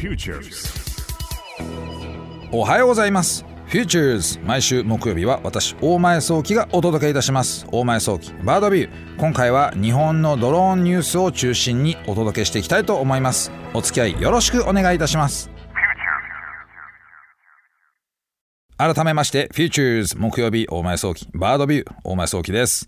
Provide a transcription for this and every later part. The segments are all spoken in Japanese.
おはようございます。フューチャーズ、毎週木曜日は私大前早期がお届けいたします。大前早期バードビュー。今回は日本のドローンニュースを中心にお届けしていきたいと思います。お付き合いよろしくお願いいたします。改めましてフューチャーズ、木曜日大前早期バードビュー、大前早期です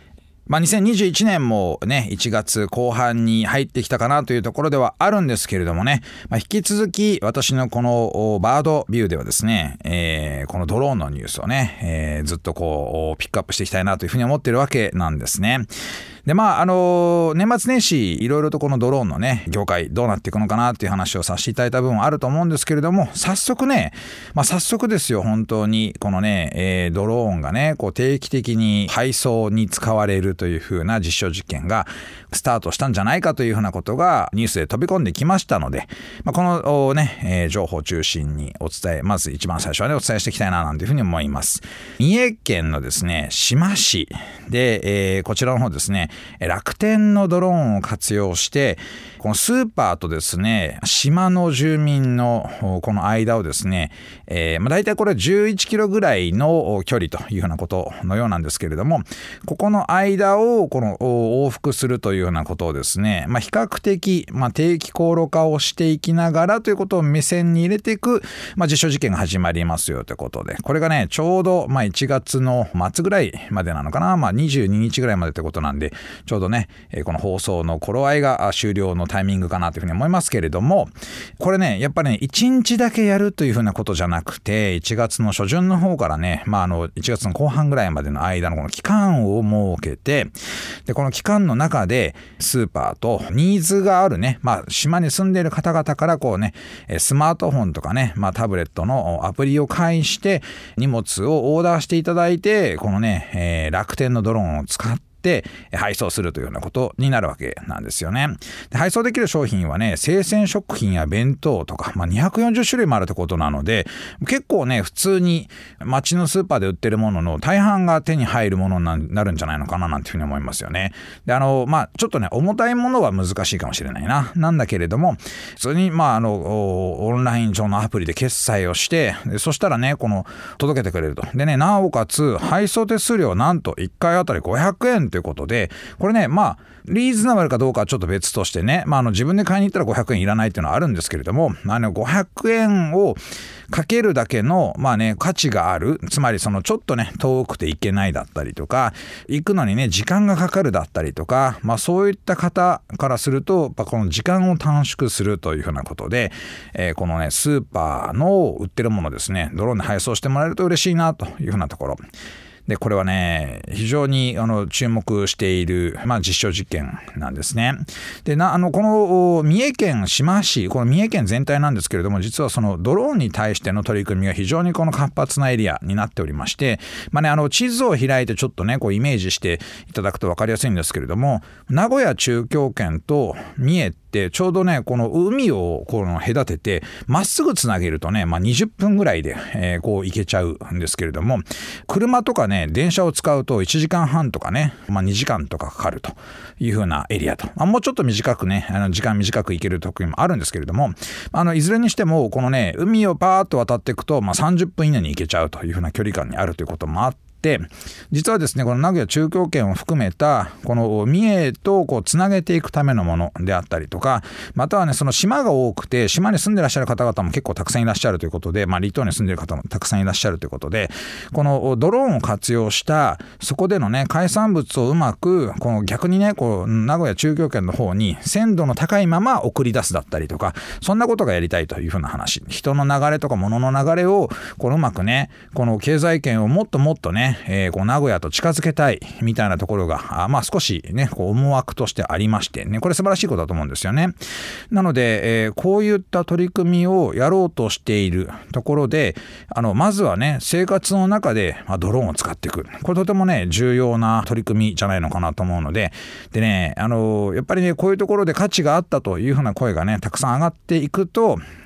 。2021年もね、1月後半に入ってきたかなというところではあるんですけれどもね、引き続き私のこのバードビューではですね、このドローンのニュースをね、ずっとピックアップしていきたいなというふうに思っているわけなんですね。で年末年始いろいろとこのドローンのね業界どうなっていくのかなっていう話をさせていただいた部分あると思うんですけれども、早速ですよ、本当にこのね、ドローンがね定期的に配送に使われるというふうな実証実験がスタートしたんじゃないかというふうなことがニュースで飛び込んできましたので、このね、情報を中心にまず一番最初はねお伝えしていきたいななんていうふうに思います。三重県のですね志摩市で、こちらの方ですね、楽天のドローンを活用してこのスーパーとですね島の住民のこの間をですね、だいたいこれ11キロぐらいの距離というようなことのようなんですけれども、ここの間をこの往復するというようなことをですね、比較的定期航路化をしていきながらということを目線に入れていく、実証実験が始まりますよということで、これがねちょうど1月の末ぐらいまでなのかな、22日ぐらいまでということなんで、ちょうどねこの放送の頃合いが終了のタイミングかなというふうに思いますけれども、これねやっぱりね1日だけやるというふうなことじゃなくて、1月の初旬の方からね、1月の後半ぐらいまでの間のこの期間を設けて、でこの期間の中でスーパーとニーズがあるね、島に住んでいる方々からスマートフォンとかね、タブレットのアプリを介して荷物をオーダーしていただいて、このね、楽天のドローンを使って配送するというようなことになるわけなんですよね。で配送できる商品はね、生鮮食品や弁当とか、240種類もあるってことなので、結構ね普通に街のスーパーで売ってるものの大半が手に入るものになるんじゃないのかななんていうふうに思いますよね。でちょっとね重たいものは難しいかもしれないなんだけれども、普通にオンライン上のアプリで決済をして、そしたらね届けてくれると。でね、なおかつ配送手数料はなんと1回あたり500円ということで、これねリーズナブルかどうかはちょっと別としてね、自分で買いに行ったら500円いらないっていうのはあるんですけれども、500円をかけるだけの価値がある、つまりちょっとね遠くて行けないだったりとか、行くのにね時間がかかるだったりとか、そういった方からするとこの時間を短縮するというふうなことで、このねスーパーの売ってるものですね、ドローンで配送してもらえると嬉しいなというふうなところで、これはね非常に注目している、実証実験なんですね。でこの三重県志摩市、この三重県全体なんですけれども、実はそのドローンに対しての取り組みが非常に活発なエリアになっておりまして、地図を開いてちょっとねイメージしていただくと分かりやすいんですけれども、名古屋中京圏と三重ってちょうどねこの海を隔ててまっすぐつなげるとね、20分ぐらいで、行けちゃうんですけれども、車とかね電車を使うと1時間半とかね、2時間とかかかるという風なエリアと、もうちょっと短くね時間短く行ける時もあるんですけれども、いずれにしてもこのね海をパーッと渡っていくと、30分以内に行けちゃうという風な距離感にあるということもあって、実はですねこの名古屋中京圏を含めたこの三重とつなげていくためのものであったりとか、またはねその島が多くて島に住んでらっしゃる方々も結構たくさんいらっしゃるということで、離島に住んでる方もたくさんいらっしゃるということで、このドローンを活用したそこでのね海産物をうまく逆にね名古屋中京圏の方に鮮度の高いまま送り出すだったりとか、そんなことがやりたいというふうな話、人の流れとか物の流れをうまくねこの経済圏をもっともっとね名古屋と近づけたいみたいなところが少しね思惑としてありましてね、これ素晴らしいことだと思うんですよね。なので、こういった取り組みをやろうとしているところで、まずはね生活の中で、ドローンを使っていく、これとてもね重要な取り組みじゃないのかなと思うので、やっぱりねこういうところで価値があったというふうな声がねたくさん上がっていくと、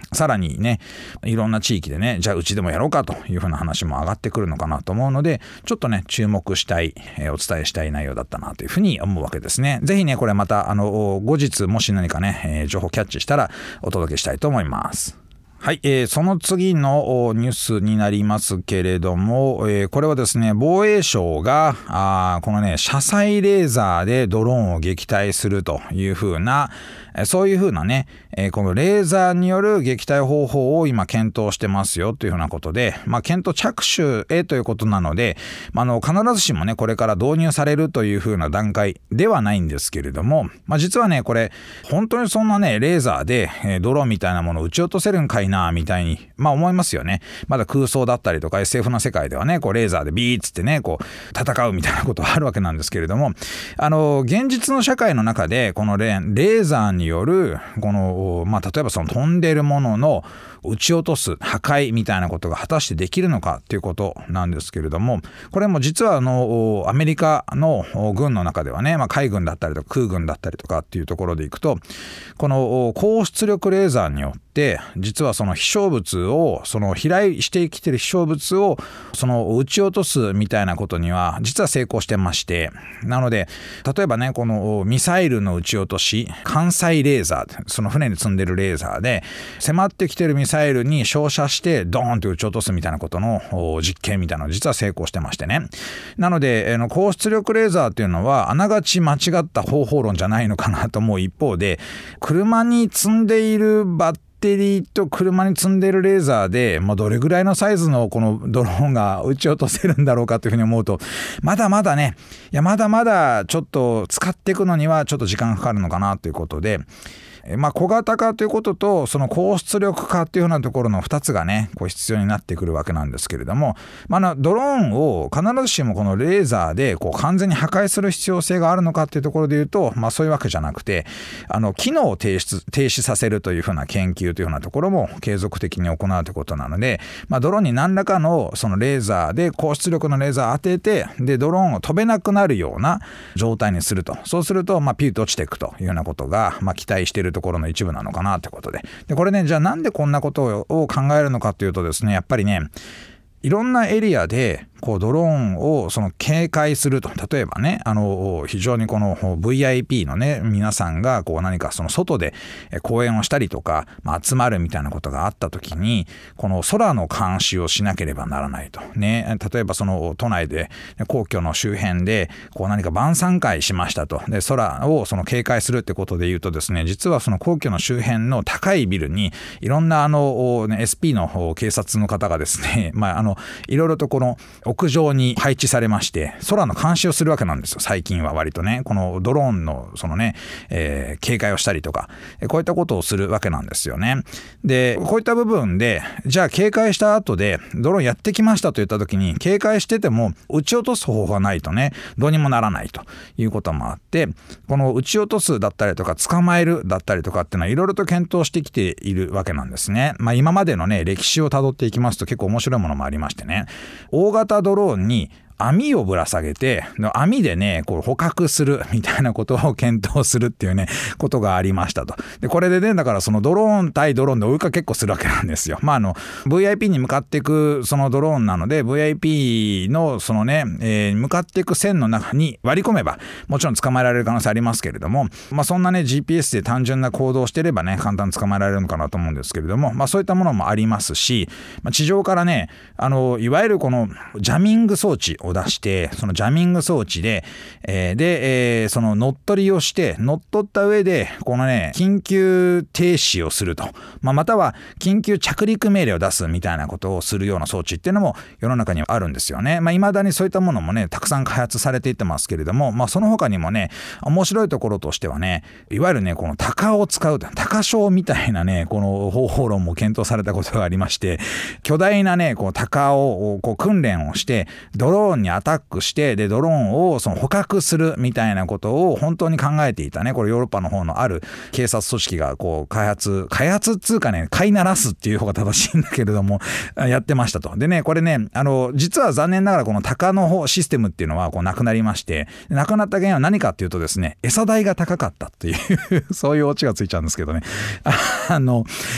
さらにね、いろんな地域でね、じゃあうちでもやろうかというふうな話も上がってくるのかなと思うので、ちょっとね、注目したい、お伝えしたい内容だったなというふうに思うわけですね。ぜひね、これまた後日もし何かね、情報キャッチしたらお届けしたいと思います。はい、その次のニュースになりますけれども、これはですね、防衛省がこのね、車載レーザーでドローンを撃退するというふうな、そういうふうなね、このレーザーによる撃退方法を今検討してますよというふうなことで、検討着手へということなので、必ずしもね、これから導入されるというふうな段階ではないんですけれども、実はね、これ本当にそんなね、レーザーでドローンみたいなものを撃ち落とせるんかいなみたいに思いますよね。まだ空想だったりとか SF の世界ではね、こうレーザーでビーッつってね、こう戦うみたいなことはあるわけなんですけれども、現実の社会の中でこのレーザーによるこの例えばその飛んでいるものの撃ち落とす破壊みたいなことが果たしてできるのかっていうことなんですけれども、これも実はアメリカの軍の中ではね、海軍だったりとか空軍だったりとかっていうところでいくと、この高出力レーザーによって実はその飛翔物を飛来してきてる飛翔物を撃ち落とすみたいなことには実は成功してまして、なので例えばね、このミサイルの撃ち落とし、艦載レーザー、その船に積んでるレーザーで迫ってきてるミサイルに照射してドーンと撃ち落とすみたいなことの実験みたいなの実は成功してましてね。なので高出力レーザーっていうのはあながち間違った方法論じゃないのかなと思う一方で、車に積んでいるバッテリーと車に積んでいるレーザーで、どれぐらいのサイズのこのドローンが撃ち落とせるんだろうかというふうに思うと、まだまだね、まだまだちょっと使っていくのにはちょっと時間かかるのかなということで、小型化ということとその高出力化というようなところの2つがね、こう必要になってくるわけなんですけれども、ドローンを必ずしもこのレーザーでこう完全に破壊する必要性があるのかというところでいうと、そういうわけじゃなくて、機能を停止させるというふうな研究というようなところも継続的に行うということなので、ドローンに何らかのそのレーザーで高出力のレーザーを当てて、でドローンを飛べなくなるような状態にすると、そうするとピューと落ちていくというようなことが期待しているところの一部なのかなということで、これね、じゃあなんでこんなことを考えるのかというとですね、やっぱりね、いろんなエリアでこうドローンを警戒すると、例えばね、非常にこの VIP のね皆さんがこう何か外で講演をしたりとか、集まるみたいなことがあった時に、この空の監視をしなければならないとね。例えば都内で皇居の周辺でこう何か晩餐会しましたと、で空を警戒するってことで言うとですね、実は皇居の周辺の高いビルにいろんなSP の警察の方がですね、いろいろとこの屋上に配置されまして、空の監視をするわけなんですよ。最近は割とね、このドローンの警戒をしたりとか、こういったことをするわけなんですよね。で、こういった部分で、じゃあ警戒した後でドローンやってきましたと言った時に、警戒してても撃ち落とす方法がないとね、どうにもならないということもあって、この撃ち落とすだったりとか捕まえるだったりとかっていうのはいろいろと検討してきているわけなんですね。今までのね歴史をたどっていきますと結構面白いものもありましてね、大型ドローンに網をぶら下げて、網でねこう捕獲するみたいなことを検討するっていうねことがありましたと。でこれでね、だからドローン対ドローンで追いかけっこするわけなんですよ。VIP に向かっていくドローンなので、 VIP の向かっていく線の中に割り込めばもちろん捕まえられる可能性ありますけれども、そんなね GPS で単純な行動をしていればね簡単に捕まえられるのかなと思うんですけれども、そういったものもありますし、地上からねいわゆるこのジャミング装置を出して、そのジャミング装置で、その乗っ取りをして、乗っ取った上でこのね緊急停止をすると、または緊急着陸命令を出すみたいなことをするような装置っていうのも世の中にはあるんですよね。未だにそういったものもねたくさん開発されていってますけれども、その他にもね面白いところとしてはね、いわゆるねこの鷹を使う鷹匠みたいなねこの方法論も検討されたことがありまして、巨大なねこう鷹をこう訓練をしてドローンにアタックして、でドローンを捕獲するみたいなことを本当に考えていたね、これヨーロッパの方のある警察組織がこう開発っつうかね、飼いならすっていう方が正しいんだけれどもやってましたと。でねこれね実は残念ながらこの鷹のシステムっていうのはこうなくなりまして、なくなった原因は何かっていうとですね、餌代が高かったっていうそういうオチがついちゃうんですけどね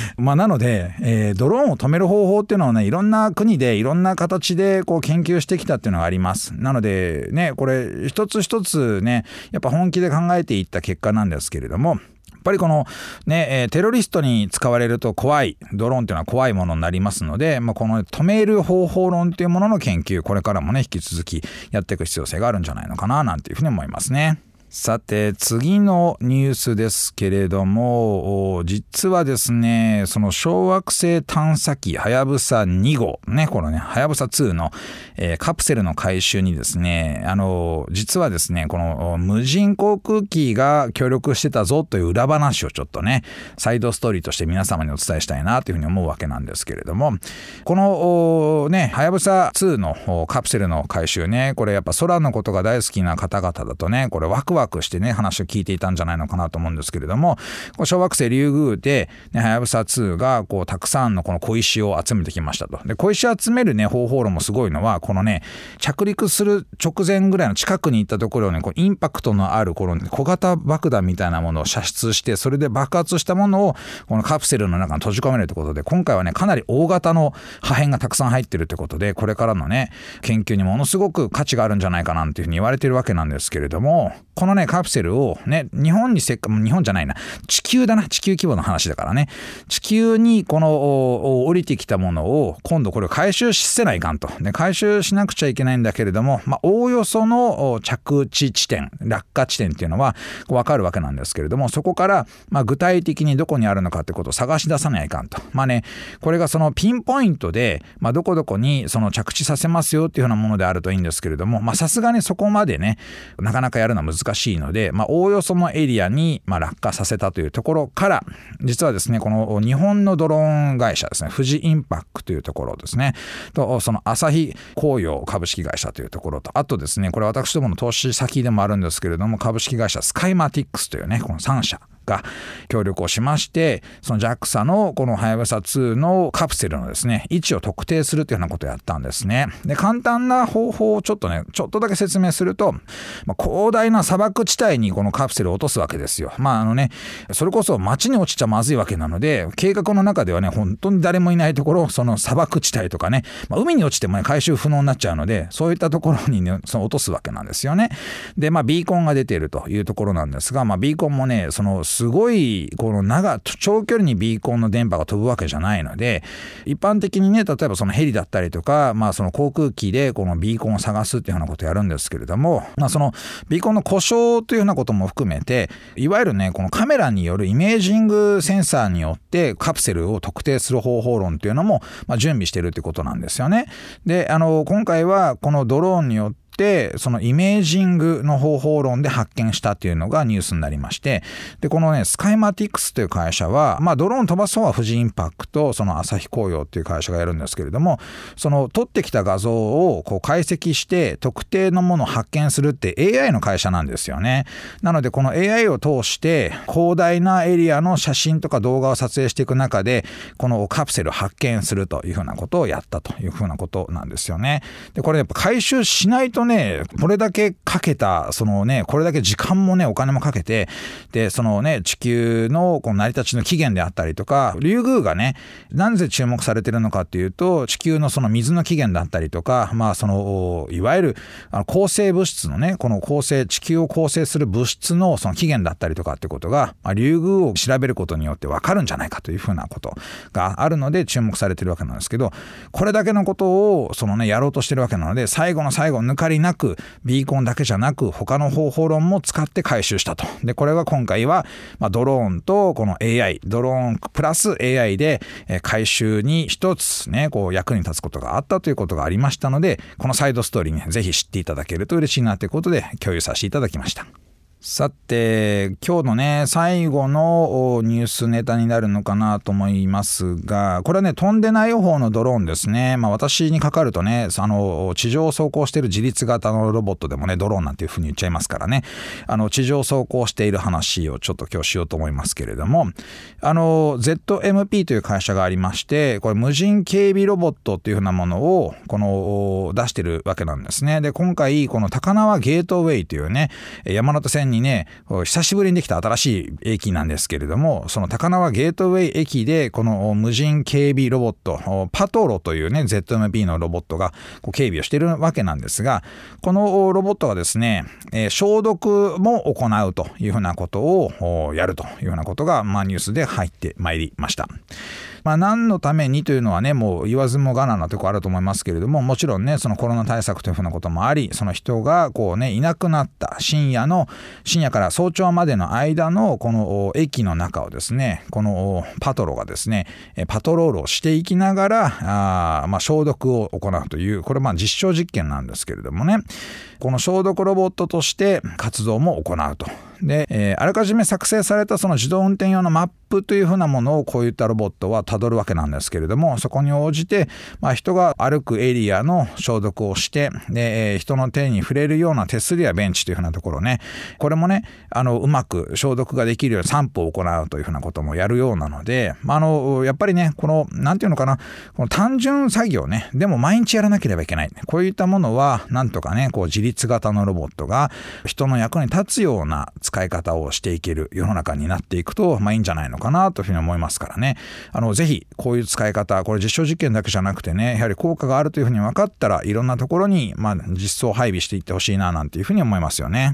なので、ドローンを止める方法っていうのはね、いろんな国でいろんな形でこう研究してきたっていうのがあります。なのでね、これ一つ一つね、やっぱ本気で考えていった結果なんですけれども、やっぱりこのね、テロリストに使われると怖い、ドローンっていうのは怖いものになりますので、この止める方法論っていうものの研究、これからもね、引き続きやっていく必要性があるんじゃないのかな、なんていうふうに思いますね。さて次のニュースですけれども、実はですね、その小惑星探査機はやぶさ2号ね、このねはやぶさ2の、カプセルの回収にですね、実はですね、この無人航空機が協力してたぞという裏話をちょっとね、サイドストーリーとして皆様にお伝えしたいなというふうに思うわけなんですけれども、このねはやぶさ2のカプセルの回収ね、これやっぱ空のことが大好きな方々だとね、これワクワクしてね、話を聞いていたんじゃないのかなと思うんですけれども、小惑星リュウグウではやぶさ2がこうたくさんのこの小石を集めてきましたと。で、小石を集めるね方法論もすごいのは、このね着陸する直前ぐらいの近くに行ったところにこうインパクトのあるこの小型爆弾みたいなものを射出して、それで爆発したものをこのカプセルの中に閉じ込めるということで、今回はねかなり大型の破片がたくさん入ってるということで、これからのね研究にものすごく価値があるんじゃないかなっていうふうに言われてるわけなんですけれども、このねカプセルをね、日本じゃないな、地球だな、地球規模の話だからね、地球にこの降りてきたものを今度これを回収せないかんと。で、回収しなくちゃいけないんだけれども、おおよその着地地点、落下地点っていうのは分かるわけなんですけれども、そこから具体的にどこにあるのかってことを探し出さないかんと。これがそのピンポイントで、どこどこにその着地させますよっていうようなものであるといいんですけれども、さすがにそこまでねなかなかやるのは難しいので、おおよそのエリアに落下させたというところから、実はですね、この日本のドローン会社ですね、富士インパクというところですねと、その旭紅葉株式会社というところと、あとですね、これ私どもの投資先でもあるんですけれども、株式会社スカイマティックスというね、この3社が協力をしまして、その JAXA のこのはやぶさ2のカプセルのですね位置を特定するというようなことをやったんですね。で、簡単な方法をちょっとだけ説明すると、広大な砂漠地帯にこのカプセルを落とすわけですよ。それこそ街に落ちちゃまずいわけなので、計画の中ではね本当に誰もいないところ、その砂漠地帯とかね、海に落ちてもね回収不能になっちゃうので、そういったところにねその落とすわけなんですよね。で、ビーコンが出ているというところなんですが、ビーコンもねそのすごいこの長距離にビーコンの電波が飛ぶわけじゃないので、一般的にね例えばそのヘリだったりとか、その航空機でこのビーコンを探すっていうようなことをやるんですけれども、そのビーコンの故障というようなことも含めて、いわゆるねこのカメラによるイメージングセンサーによってカプセルを特定する方法論というのも準備してるってことなんですよね。で、今回はこのドローンによってそのイメージングの方法論で発見したというのがニュースになりまして、でこのねスカイマティクスという会社は、ドローン飛ばす方は富士インパクト、その旭紅葉っていう会社がやるんですけれども、その撮ってきた画像をこう解析して特定のものを発見するって AI の会社なんですよね。なのでこの AI を通して広大なエリアの写真とか動画を撮影していく中で、このカプセルを発見するというふうなことをやったというふうなことなんですよね。でこれやっぱ回収しないとね、これだけかけた、そのねこれだけ時間もねお金もかけて、でそのね地球のこの成り立ちの起源であったりとか、リュウグウがねなぜ注目されてるのかっていうと、地球のその水の起源だったりとか、そのいわゆる構成物質のね、この地球を構成する物質のその起源だったりとかってことが、リュウグウを調べることによって分かるんじゃないかというふうなことがあるので注目されてるわけなんですけど、これだけのことをそのねやろうとしてるわけなので、最後の最後抜かりなくビーコンだけじゃなく他の方法論も使って回収したと。でこれが今回はドローンとこの AI、 ドローンプラス AI で回収に一つねこう役に立つことがあったということがありましたので、このサイドストーリーねぜひ知っていただけると嬉しいなということで共有させていただきました。さて今日のね最後のニュースネタになるのかなと思いますが、これはね飛んでない方のドローンですね。私にかかるとね地上を走行している自律型のロボットでもねドローンなんていう風に言っちゃいますからね、地上を走行している話をちょっと今日しようと思いますけれども、ZMP という会社がありまして、これ無人警備ロボットっていう風なものを出してるわけなんですね。で今回この高輪ゲートウェイというね山手線辺にね久しぶりにできた新しい駅なんですけれども、その高輪ゲートウェイ駅でこの無人警備ロボットパトロというね ZMP のロボットが警備をしているわけなんですが、このロボットがですね、消毒も行うというふうなことをやるというようなことが、ニュースで入ってまいりました。何のためにというのはね、もう言わずもがななところあると思いますけれども、もちろんねそのコロナ対策というふうなこともあり、その人がいなくなった深夜から早朝までの間のこの駅の中をですね、このパトロがですねパトロールをしていきながら消毒を行うという、これ実証実験なんですけれどもね、この消毒ロボットとして活動も行うと。で、あらかじめ作成されたその自動運転用のマップというふうなものをこういったロボットはたどるわけなんですけれども、そこに応じて、人が歩くエリアの消毒をして、で、人の手に触れるような手すりやベンチというふうなところね、これもねうまく消毒ができるように散布を行うというふうなこともやるようなので、やっぱりねこのなんていうのかな、この単純作業ねでも毎日やらなければいけない、こういったものはなんとかね自立型のロボットが人の役に立つような使い方をしていける世の中になっていくといいんじゃないのかなというふうに思いますからね。ぜひこういう使い方、これ実証実験だけじゃなくてね、やはり効果があるというふうに分かったらいろんなところに実装配備していってほしいななんていうふうに思いますよね。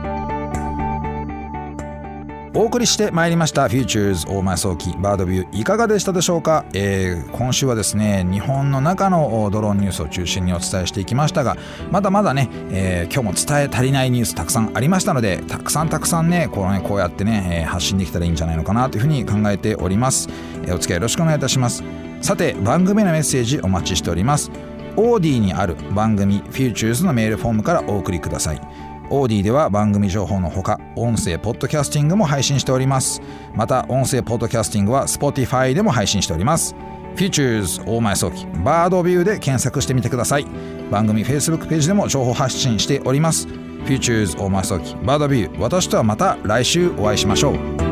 お送りしてまいりましたフューチューズ大前早期バードビュー、いかがでしたでしょうか。今週はですね日本の中のドローンニュースを中心にお伝えしていきましたが、まだまだね、今日も伝え足りないニュースたくさんありましたので、たくさんねこうやってね、発信できたらいいんじゃないのかなというふうに考えております。お付き合いよろしくお願いいたします。さて番組のメッセージお待ちしております。オーディにある番組フューチューズのメールフォームからお送りください。オーディでは番組情報のほか音声ポッドキャスティングも配信しております。また音声ポッドキャスティングは Spotify でも配信しております。Futures 大前早期バードビューで検索してみてください。番組 Facebook ページでも情報発信しております。Futures 大前早期バードビュー、私とはまた来週お会いしましょう。